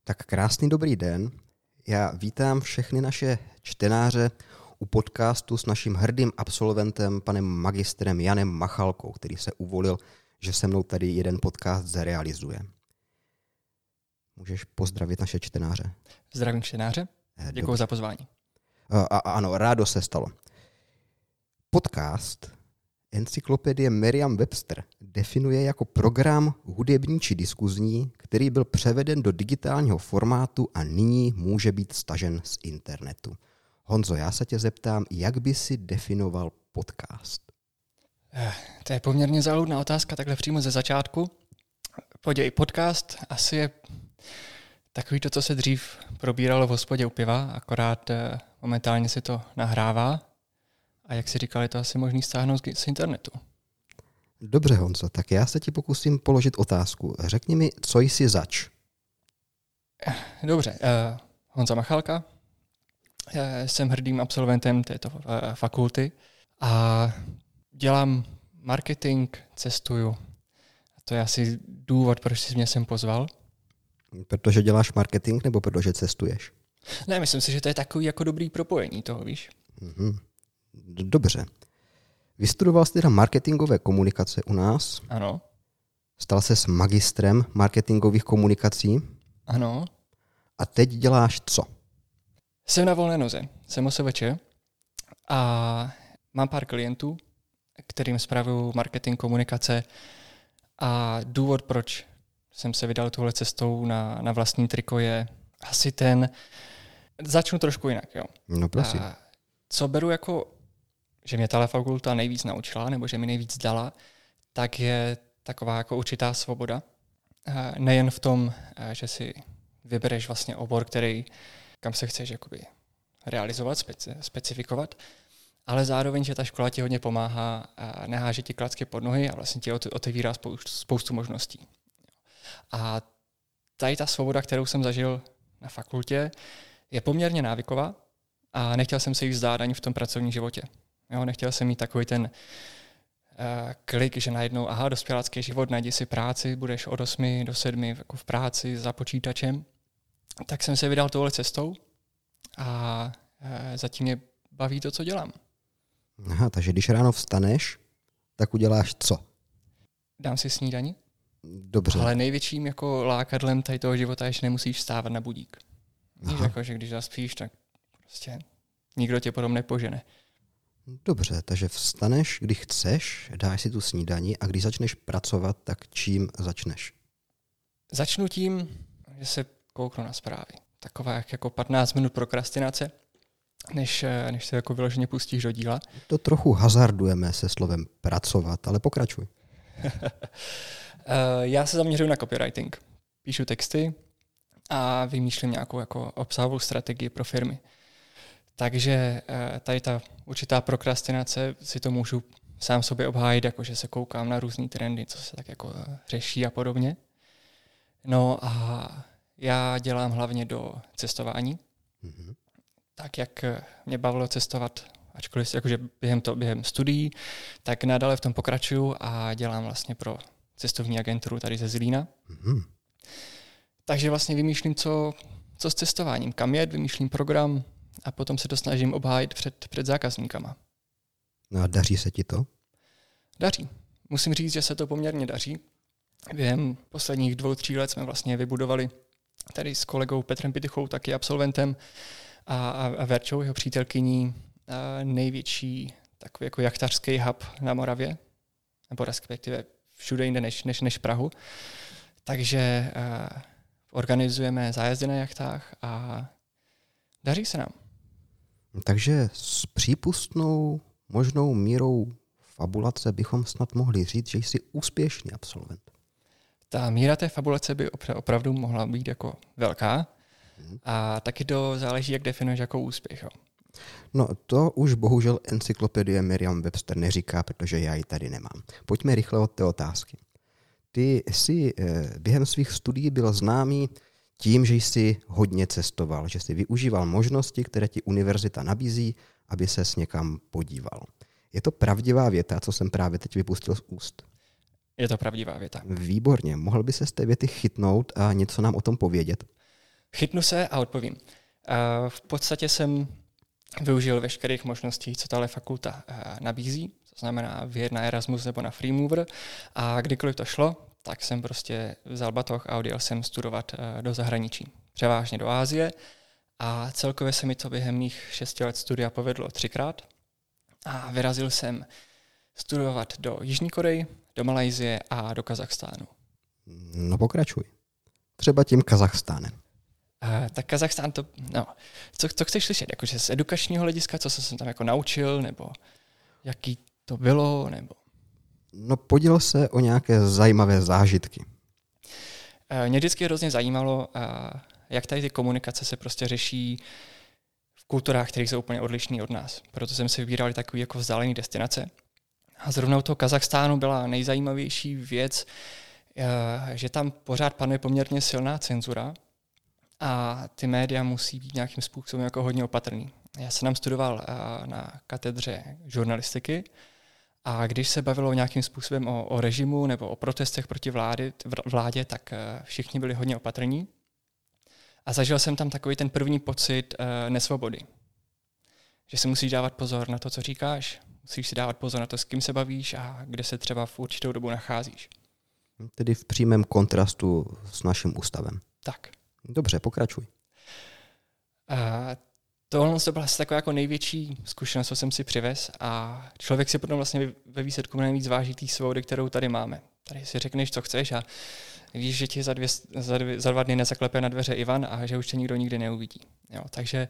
Tak krásný dobrý den. Já vítám všechny naše čtenáře u podcastu s naším hrdým absolventem, panem magistrem Janem Machalkou, který se uvolil, že se mnou tady jeden podcast zrealizuje. Můžeš pozdravit naše čtenáře? Zdravím čtenáře, děkuji za pozvání. Ano, rádo se stalo. Podcast Encyklopedie Merriam-Webster definuje jako program hudební či diskuzní, který byl převeden do digitálního formátu a nyní může být stažen z internetu. Honzo, já se tě zeptám, jak by si definoval podcast? To je poměrně záludná otázka, takhle přímo ze začátku. Podívej, podcast asi je takový to, co se dřív probíralo v hospodě u piva, akorát momentálně si to nahrává. A jak si říkal, je to asi možný stáhnout z internetu. Dobře, Honzo, tak já se ti pokusím položit otázku. Řekni mi, co jsi zač? Dobře, Honza Machalka, jsem hrdým absolventem této fakulty a dělám marketing, cestuju. A to je asi důvod, proč jsi mě sem pozval. Protože děláš marketing nebo protože cestuješ? Ne, myslím si, že to je takový jako dobrý propojení toho, víš? Dobře. Vystudoval jsi teda marketingové komunikace u nás. Ano. Stal ses magistrem marketingových komunikací. Ano. A teď děláš co? Jsem na volné noze, jsem OSVČ a mám pár klientů, kterým spravuju marketing komunikace a důvod, proč jsem se vydal tuhle cestou na vlastní triko je asi ten, začnu trošku jinak, jo. No prosím. Co beru jako, že mě tahle fakulta nejvíc naučila, nebo že mi nejvíc dala, tak je taková jako určitá svoboda. Nejen v tom, že si vybereš vlastně obor, kam se chceš jakoby realizovat, specifikovat, ale zároveň, že ta škola ti hodně pomáhá, neháže ti klacky pod nohy a vlastně ti otevírá spoustu možností. A tady ta svoboda, kterou jsem zažil na fakultě, je poměrně návyková a nechtěl jsem se jí vzdát ani v tom pracovním životě. Jo, nechtěl jsem mít takový ten klik, že najednou, dospělácký život, najdi si práci, budeš od 8 do 7 jako v práci za počítačem. Tak jsem se vydal touhle cestou a zatím mě baví to, co dělám. Aha, takže když ráno vstaneš, tak uděláš co? Dám si snídani. Dobře. Ale největším jako lákadlem tady toho života je, že nemusíš vstávat na budík. Víš, jako, že když zaspíš, tak prostě nikdo tě potom nepožene. Dobře, takže vstaneš, když chceš, dáš si tu snídani a když začneš pracovat, tak čím začneš? Začnu tím, že se kouknu na zprávy. Taková jako 15 minut prokrastinace, než se jako vyloženě pustíš do díla. To trochu hazardujeme se slovem pracovat, ale pokračuj. Já se zaměřuji na copywriting. Píšu texty a vymýšlím nějakou jako obsahovou strategii pro firmy. Takže tady ta určitá prokrastinace si to můžu sám sobě obhájit, jakože se koukám na různý trendy, co se tak jako řeší a podobně. No a já dělám hlavně do cestování. Mm-hmm. Tak jak mě bavilo cestovat, ačkoliv jakože během studií, tak nadále v tom pokračuju a dělám vlastně pro cestovní agenturu tady ze Zlína. Mm-hmm. Takže vlastně vymýšlím, co s cestováním, kam jet, vymýšlím program a potom se to snažím obhájit před zákazníkama. No a daří se ti to? Daří. Musím říct, že se to poměrně daří. Během posledních 2-3 let jsme vlastně vybudovali tady s kolegou Petrem Pitychou, taky absolventem, a Verčou, jeho přítelkyní, největší takový jako jachtařský hub na Moravě, nebo respektive všude jinde než Prahu. Takže organizujeme zájezdy na jachtách a daří se nám. Takže s přípustnou možnou mírou fabulace bychom snad mohli říct, že jsi úspěšný absolvent. Ta míra té fabulace by opravdu mohla být jako velká a taky to záleží, jak definuješ jako úspěch. Jo. No to už bohužel encyklopedie Merriam-Webster neříká, protože já ji tady nemám. Pojďme rychle od té otázky. Ty jsi během svých studií byl známý tím, že jsi hodně cestoval, že jsi využíval možnosti, které ti univerzita nabízí, aby ses někam podíval. Je to pravdivá věta, co jsem právě teď vypustil z úst? Je to pravdivá věta. Výborně. Mohl by se z té věty chytnout a něco nám o tom povědět? Chytnu se a odpovím. V podstatě jsem využil veškerých možností, co tahle fakulta nabízí, to znamená vyjet na Erasmus nebo na Freemover, a kdykoliv to šlo, tak jsem prostě vzal batoh a odjel jsem studovat do zahraničí, převážně do Asie, a celkově se mi to během mých 6 let studia povedlo 3krát a vyrazil jsem studovat do Jižní Koreji, do Malajsie a do Kazachstánu. No pokračuj. Třeba tím Kazachstánem. Tak Kazachstán to, no, co chceš slyšet? Jakože z edukačního hlediska, co jsem tam jako naučil, nebo jaký to bylo, nebo... No poděl se o nějaké zajímavé zážitky. Mě vždycky hrozně zajímalo, jak tady ty komunikace se prostě řeší v kulturách, které jsou úplně odlišné od nás. Proto jsem si vybíral takový jako vzdálený destinace. A zrovna u toho Kazachstánu byla nejzajímavější věc, že tam pořád panuje poměrně silná cenzura a ty média musí být nějakým způsobem jako hodně opatrný. Já jsem tam studoval na katedře žurnalistiky a když se bavilo nějakým způsobem o režimu nebo o protestech proti vládě, tak všichni byli hodně opatrní. A zažil jsem tam takový ten první pocit nesvobody. Že si musíš dávat pozor na to, co říkáš, musíš si dávat pozor na to, s kým se bavíš a kde se třeba v určitou dobu nacházíš. Tedy v přímém kontrastu s naším ústavem. Tak. Dobře, pokračuj. Tohle to byla asi taková jako největší zkušenost, co jsem si přivez, a člověk si potom vlastně ve výsledku nejvíc váží té svobody, kterou tady máme. Tady si řekneš, co chceš, a víš, že ti za 2 dny nezaklepe na dveře Ivan a že už tě nikdo nikdy neuvidí. Jo, takže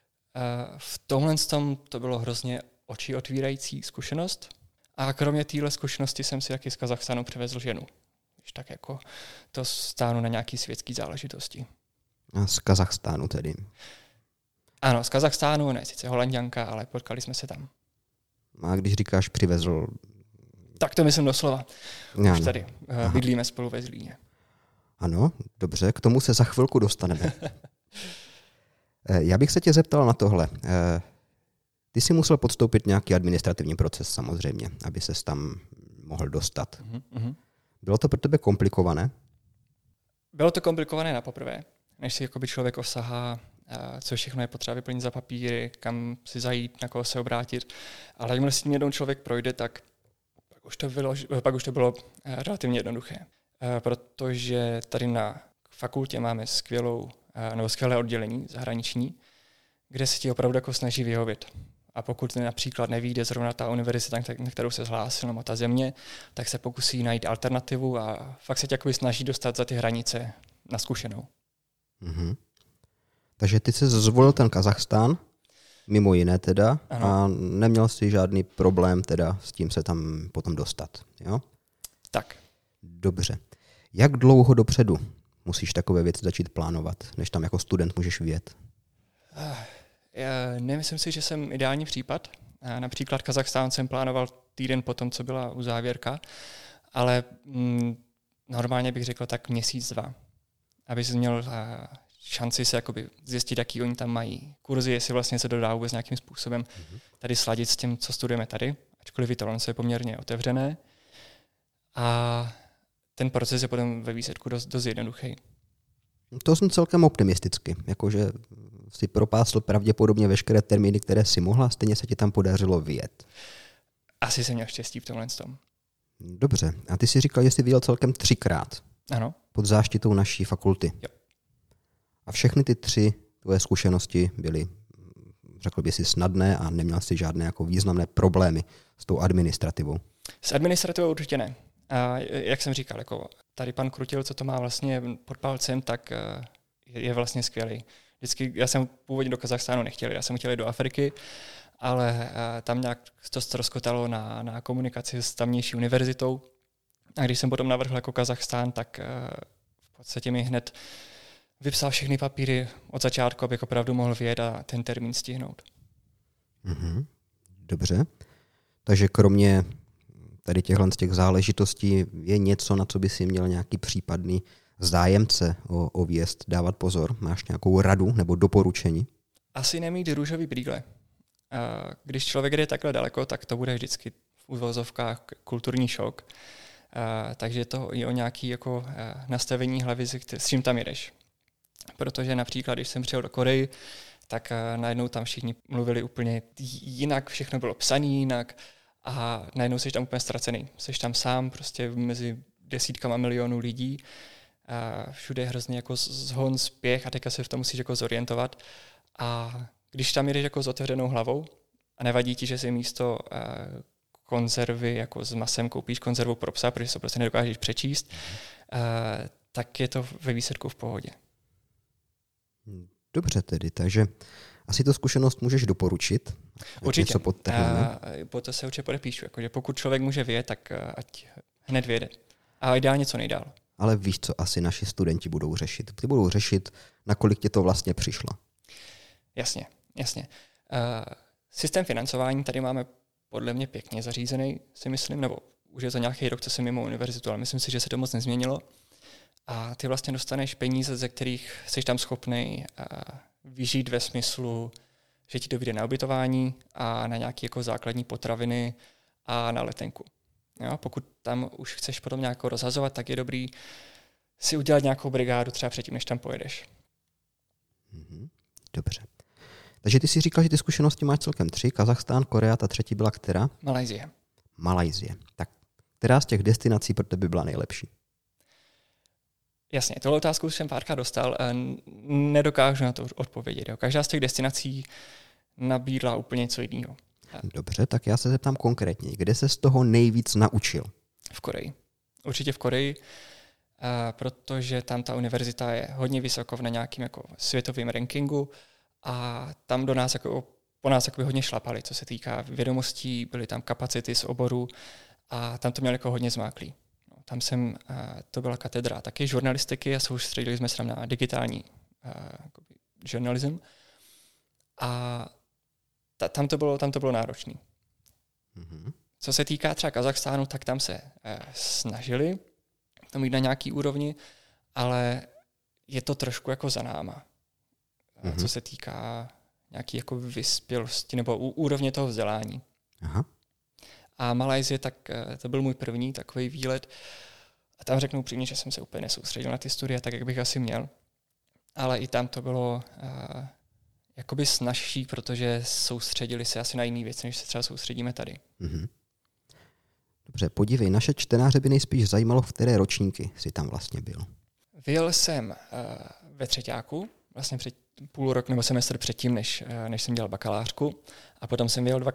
v tomhle to bylo hrozně oči otvírající zkušenost, a kromě téhle zkušenosti jsem si taky z Kazachstánu přivezl ženu. Když tak jako to stánu na nějaký světský záležitosti. A z Kazachstánu tedy. Ano, z Kazachstánu, ne sice Holanďanka, ale potkali jsme se tam. A když říkáš přivezl... Tak to myslím doslova. Už Ano. tady bydlíme spolu ve Zlíně. Ano, dobře, k tomu se za chvilku dostaneme. Já bych se tě zeptal na tohle. Ty jsi musel podstoupit nějaký administrativní proces samozřejmě, aby ses tam mohl dostat. Mm-hmm. Bylo to pro tebe komplikované? Bylo to komplikované na poprvé, než si jakoby člověk osahá, co všechno je potřeba vyplnit za papíry, kam si zajít, na koho se obrátit. Ale jakmile si tím jednou člověk projde, tak pak už to bylo relativně jednoduché. Protože tady na fakultě máme skvělé oddělení zahraniční, kde se ti opravdu jako snaží vyhovět. A pokud například nevyjde zrovna ta univerzita, na kterou se zhlásil, nebo ta země, tak se pokusí najít alternativu a fakt se tě jakoby snaží dostat za ty hranice na zkušenou. Mhm. Takže ty jsi zvolil ten Kazachstán, mimo jiné teda, ano. A neměl jsi žádný problém teda s tím se tam potom dostat, jo? Tak. Dobře. Jak dlouho dopředu musíš takové věci začít plánovat, než tam jako student můžeš vyjet? Nemyslím si, že jsem ideální případ. Například Kazachstán jsem plánoval týden potom, co byla uzávěrka, ale normálně bych řekl tak 1-2 měsíce, aby jsi měl šanci se jakoby zjistit, jaký oni tam mají kurzy, jestli vlastně se dodá vůbec nějakým způsobem tady sladit s tím, co studujeme tady, ačkoliv i tohle je poměrně otevřené. A ten proces je potom ve výsledku dost jednoduchý. To jsem celkem optimisticky, jakože si propásl pravděpodobně veškeré termíny, které si mohla, stejně se ti tam podařilo vyjet. Asi jsem měl štěstí v tomhle tom. Dobře. A ty jsi říkal, že jsi vyjel celkem 3krát. Ano. Pod záštitou naší fakulty. Jo. A všechny ty 3 tvoje zkušenosti byly, řekl by si, snadné a neměl jsi žádné jako významné problémy s tou administrativou. S administrativou určitě ne. A jak jsem říkal, jako tady pan Krutil, co to má vlastně pod palcem, tak je vlastně skvělý. Vždycky, já jsem původně do Kazachstánu nechtěl, já jsem chtěl jít do Afriky, ale tam nějak to ztroskotalo na komunikaci s tamnější univerzitou. A když jsem potom navrhl jako Kazachstán, tak v podstatě mi hned vypsal všechny papíry od začátku, abych opravdu mohl vyjet a ten termín stihnout. Mhm. Dobře. Takže kromě tady z těch záležitostí je něco, na co by si měl nějaký případný zájemce o výjezd dávat pozor? Máš nějakou radu nebo doporučení? Asi nemít růžový brýle. Když člověk jde takhle daleko, tak to bude vždycky v uvozovkách kulturní šok. Takže to je o nějaké jako nastavení hlavy, s čím tam jedeš. Protože například, když jsem přijel do Koreji, tak najednou tam všichni mluvili úplně jinak, všechno bylo psané jinak a najednou jsi tam úplně ztracený. Jsi tam sám prostě mezi desítkama milionů lidí, a všude je hrozně jako zhon, spěch a teďka se v tom musíš jako zorientovat. A když tam jdeš jako s otevřenou hlavou a nevadí ti, že si místo konzervy jako s masem koupíš konzervu pro psa, protože se prostě nedokážeš přečíst, tak je to ve výsledku v pohodě. Dobře tedy, takže asi tu zkušenost můžeš doporučit? Určitě. Po to se určitě podepíšu. Jakože pokud člověk může vyjet, tak ať hned vyjede. A ideálně co nejdál. Ale víš, co asi naši studenti budou řešit? Ty budou řešit, nakolik ti to vlastně přišlo. Jasně. Systém financování tady máme podle mě pěkně zařízený, si myslím, nebo už je to nějaký rok, co jsem mimo univerzitu, ale myslím si, že se to moc nezměnilo. A ty vlastně dostaneš peníze, ze kterých jsi tam schopný vyžít ve smyslu, že ti to vyjde na ubytování a na nějaké jako základní potraviny a na letenku. Jo, pokud tam už chceš potom nějak rozhazovat, tak je dobrý si udělat nějakou brigádu třeba předtím, než tam pojedeš. Dobře. Takže ty si říkal, že ty zkušenosti máš celkem 3. Kazachstán, Korea, ta třetí byla která? Malajsie. Tak která z těch destinací pro tebe byla nejlepší? Jasně, tohle otázku jsem párkrát dostal. Nedokážu na to odpovědět. Jo. Každá z těch destinací nabídla úplně něco jiného. Dobře, tak já se zeptám konkrétně. Kde se z toho nejvíc naučil? V Koreji. Určitě v Koreji, protože tam ta univerzita je hodně vysoko na nějakým jako světovém rankingu a tam po nás hodně šlapali, co se týká vědomostí, byly tam kapacity z oboru a tam to mělo jako hodně zmáklý. Tam to byla katedra taky žurnalistiky a soustředili jsme se tam na digitální žurnalism a tam to bylo náročné. Mm-hmm. Co se týká třeba Kazachstánu, tak tam se snažili to mít na nějaký úrovni, ale je to trošku jako za náma. Mm-hmm. Co se týká nějaký jako vyspělosti nebo úrovně toho vzdělání. Aha. A Malajsie, tak to byl můj první takový výlet. A tam řeknu upřímně, že jsem se úplně nesoustředil na ty studia tak, jak bych asi měl. Ale i tam to bylo jakoby snazší, protože soustředili se asi na jiné věci, než se třeba soustředíme tady. Mm-hmm. Dobře, podívej, naše čtenáře by nejspíš zajímalo, v které ročníky jsi tam vlastně byl. Vyjel jsem ve třeťáku, vlastně před půl rok nebo semestr předtím, než jsem dělal bakalářku. A potom jsem vyjel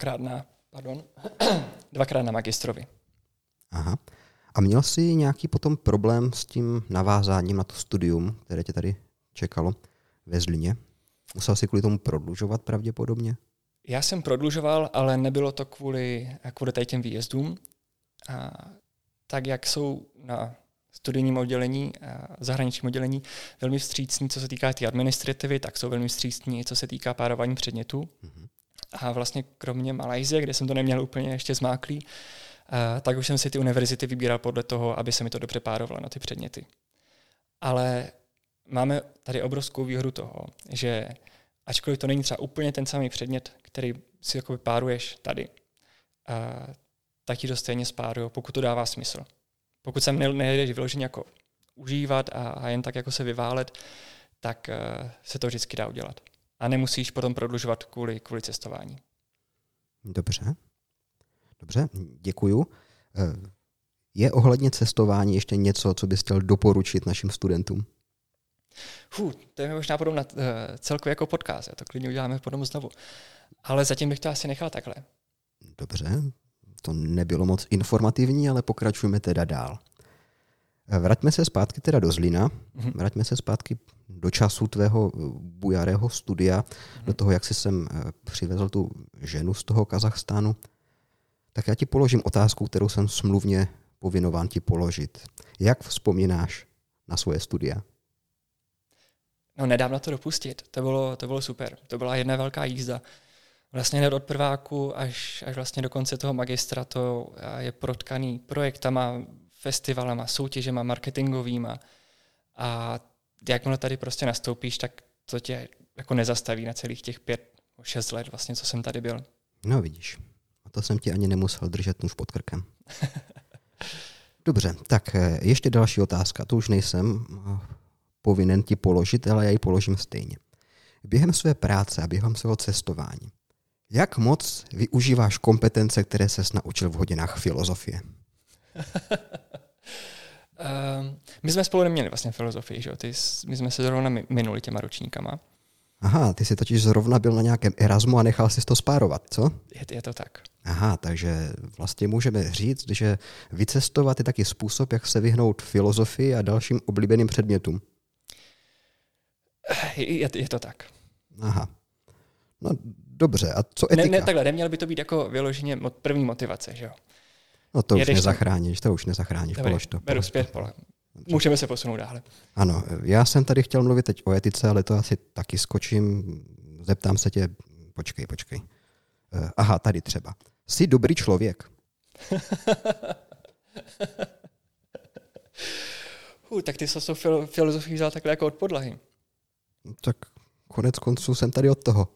dvakrát na magistrovi. Aha. A měl jsi nějaký potom problém s tím navázáním na to studium, které tě tady čekalo ve Zlíně? Musel jsi kvůli tomu prodlužovat pravděpodobně? Já jsem prodlužoval, ale nebylo to kvůli tady těm výjezdům. A tak, jak jsou na studijním oddělení, zahraničním oddělení velmi vstřícní, co se týká té administrativy, tak jsou velmi vstřícní, co se týká párování předmětů. Mm-hmm. A vlastně kromě Malajsie, kde jsem to neměl úplně ještě zmáklý, tak už jsem si ty univerzity vybíral podle toho, aby se mi to dobře párovalo na ty předměty. Ale máme tady obrovskou výhodu toho, že ačkoliv to není třeba úplně ten samý předmět, který si jakoby páruješ tady, tak ti to stejně spáruje, pokud to dává smysl. Pokud sem nejdeš vyloženě jako užívat a jen tak jako se vyválet, tak se to vždycky dá udělat. A nemusíš potom prodlužovat kvůli cestování. Dobře, děkuju. Je ohledně cestování ještě něco, co bys chtěl doporučit našim studentům? To je možná potom na celkově jako podcast, to klidně uděláme potom znovu. Ale zatím bych to asi nechal takhle. Dobře, to nebylo moc informativní, ale pokračujeme teda dál. Vraťme se zpátky teda do Zlína, vraťme se zpátky do času tvého bujarého studia, do toho, jak jsi sem přivezl tu ženu z toho Kazachstánu. Tak já ti položím otázku, kterou jsem smluvně povinován ti položit. Jak vzpomínáš na svoje studia? No, nedám na to dopustit. To bylo super. To byla jedna velká jízda. Vlastně hned od prváku až vlastně do konce toho magistra to je protkaný projektama, festivalama, soutěžema, marketingovýma. A jakmile tady prostě nastoupíš, tak to tě jako nezastaví na celých těch 5-6 let, vlastně, co jsem tady byl. No vidíš, a to jsem ti ani nemusel držet nůž pod krkem. Dobře, tak ještě další otázka. To už nejsem povinen ti položit, ale já ji položím stejně. Během své práce a během svého cestování, jak moc využíváš kompetence, které ses naučil v hodinách filozofie? My jsme spolu neměli vlastně filozofii, že jo? My jsme se zrovna minuli těma ročníkama. Aha, ty jsi totiž zrovna byl na nějakém Erasmu a nechal jsi to spárovat, co? Je to tak. Aha, takže vlastně můžeme říct, že vycestovat je taky způsob, jak se vyhnout filozofii a dalším oblíbeným předmětům. Je to tak. Aha. No dobře, a co etika? Takhle, neměl by to být jako vyloženě první motivace, že jo? No to už nezachráníš, polož to. Beru zpět, můžeme se posunout dále. Ano, já jsem tady chtěl mluvit teď o etice, ale to asi taky skočím. Zeptám se tě, počkej. Aha, tady třeba. Jsi dobrý člověk? Tak ty jsi to filozofii vzal takhle jako od podlahy. Tak konec konců jsem tady od toho.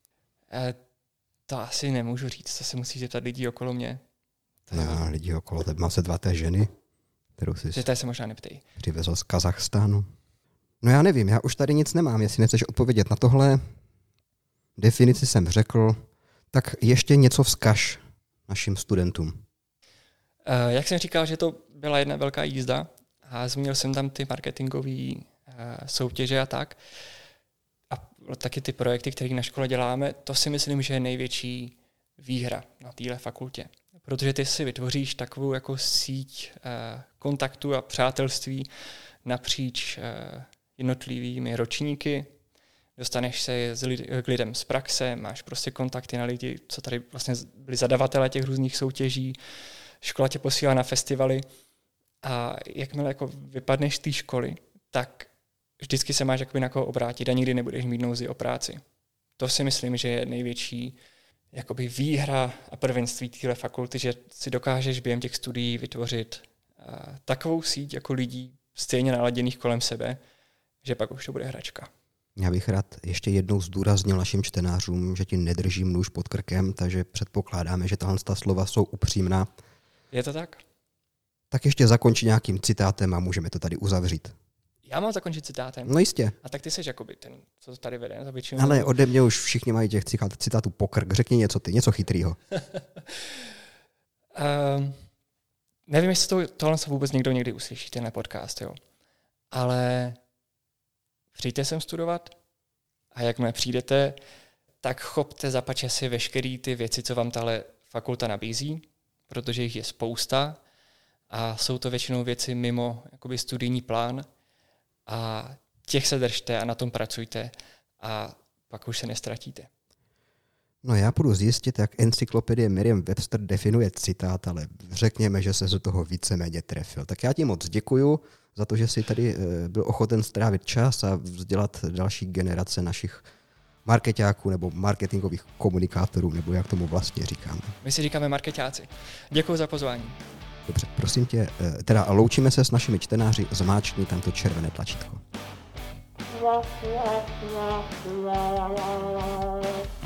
To asi nemůžu říct, to se musí zeptat lidí okolo mě. No, lidi okolo tebe, mám se 2 ženy, kterou si se možná neptej. Přivezl z Kazachstánu. No já nevím, já už tady nic nemám, jestli nechceš odpovědět na tohle. Definici jsem řekl, tak ještě něco vzkaž našim studentům. Jak jsem říkal, že to byla jedna velká jízda a zmínil jsem tam ty marketingové soutěže a tak. A taky ty projekty, které na škole děláme, to si myslím, že je největší výhra na téhle fakultě. Protože ty si vytvoříš takovou jako síť kontaktů a přátelství napříč jednotlivými ročníky, dostaneš se k lidem z praxe, máš prostě kontakty na lidi, co tady vlastně byli zadavatelé těch různých soutěží, škola tě posílá na festivaly a jakmile jako vypadneš z té školy, tak vždycky se máš jakoby na koho obrátit a nikdy nebudeš mít nouzi o práci. To si myslím, že je největší jakoby výhra a prvenství téhle fakulty, že si dokážeš během těch studií vytvořit takovou síť jako lidí stejně naladěných kolem sebe, že pak už to bude hračka. Já bych rád ještě jednou zdůraznil našim čtenářům, že ti nedržím nůž pod krkem, takže předpokládáme, že tahle slova jsou upřímná. Je to tak? Tak ještě zakončí nějakým citátem a můžeme to tady uzavřít. Já mám zakončit citátem? No jistě. A tak ty jsi jakoby ten, co to tady vede. Ale ode mě už všichni mají těch citátů pokrk. Řekni něco ty, něco chytrýho. Nevím, jestli tohle se vůbec někdy uslyší, tenhle podcast, jo. Ale přijďte sem studovat a jakmile přijdete, tak chopte za pače si veškerý ty věci, co vám tahle fakulta nabízí, protože jich je spousta a jsou to většinou věci mimo jakoby studijní plán a těch se držte a na tom pracujte a pak už se nestratíte. No já půjdu zjistit, jak encyklopedie Merriam-Webster definuje citát, ale řekněme, že se z toho víceméně trefil. Tak já ti moc děkuju za to, že jsi tady byl ochoten strávit čas a vzdělat další generace našich markeťáků nebo marketingových komunikátorů, nebo jak tomu vlastně říkáme. My si říkáme markeťáci. Děkuji za pozvání. Dobře, prosím tě, teda loučíme se s našimi čtenáři, zmáčkni tam to červené tlačítko.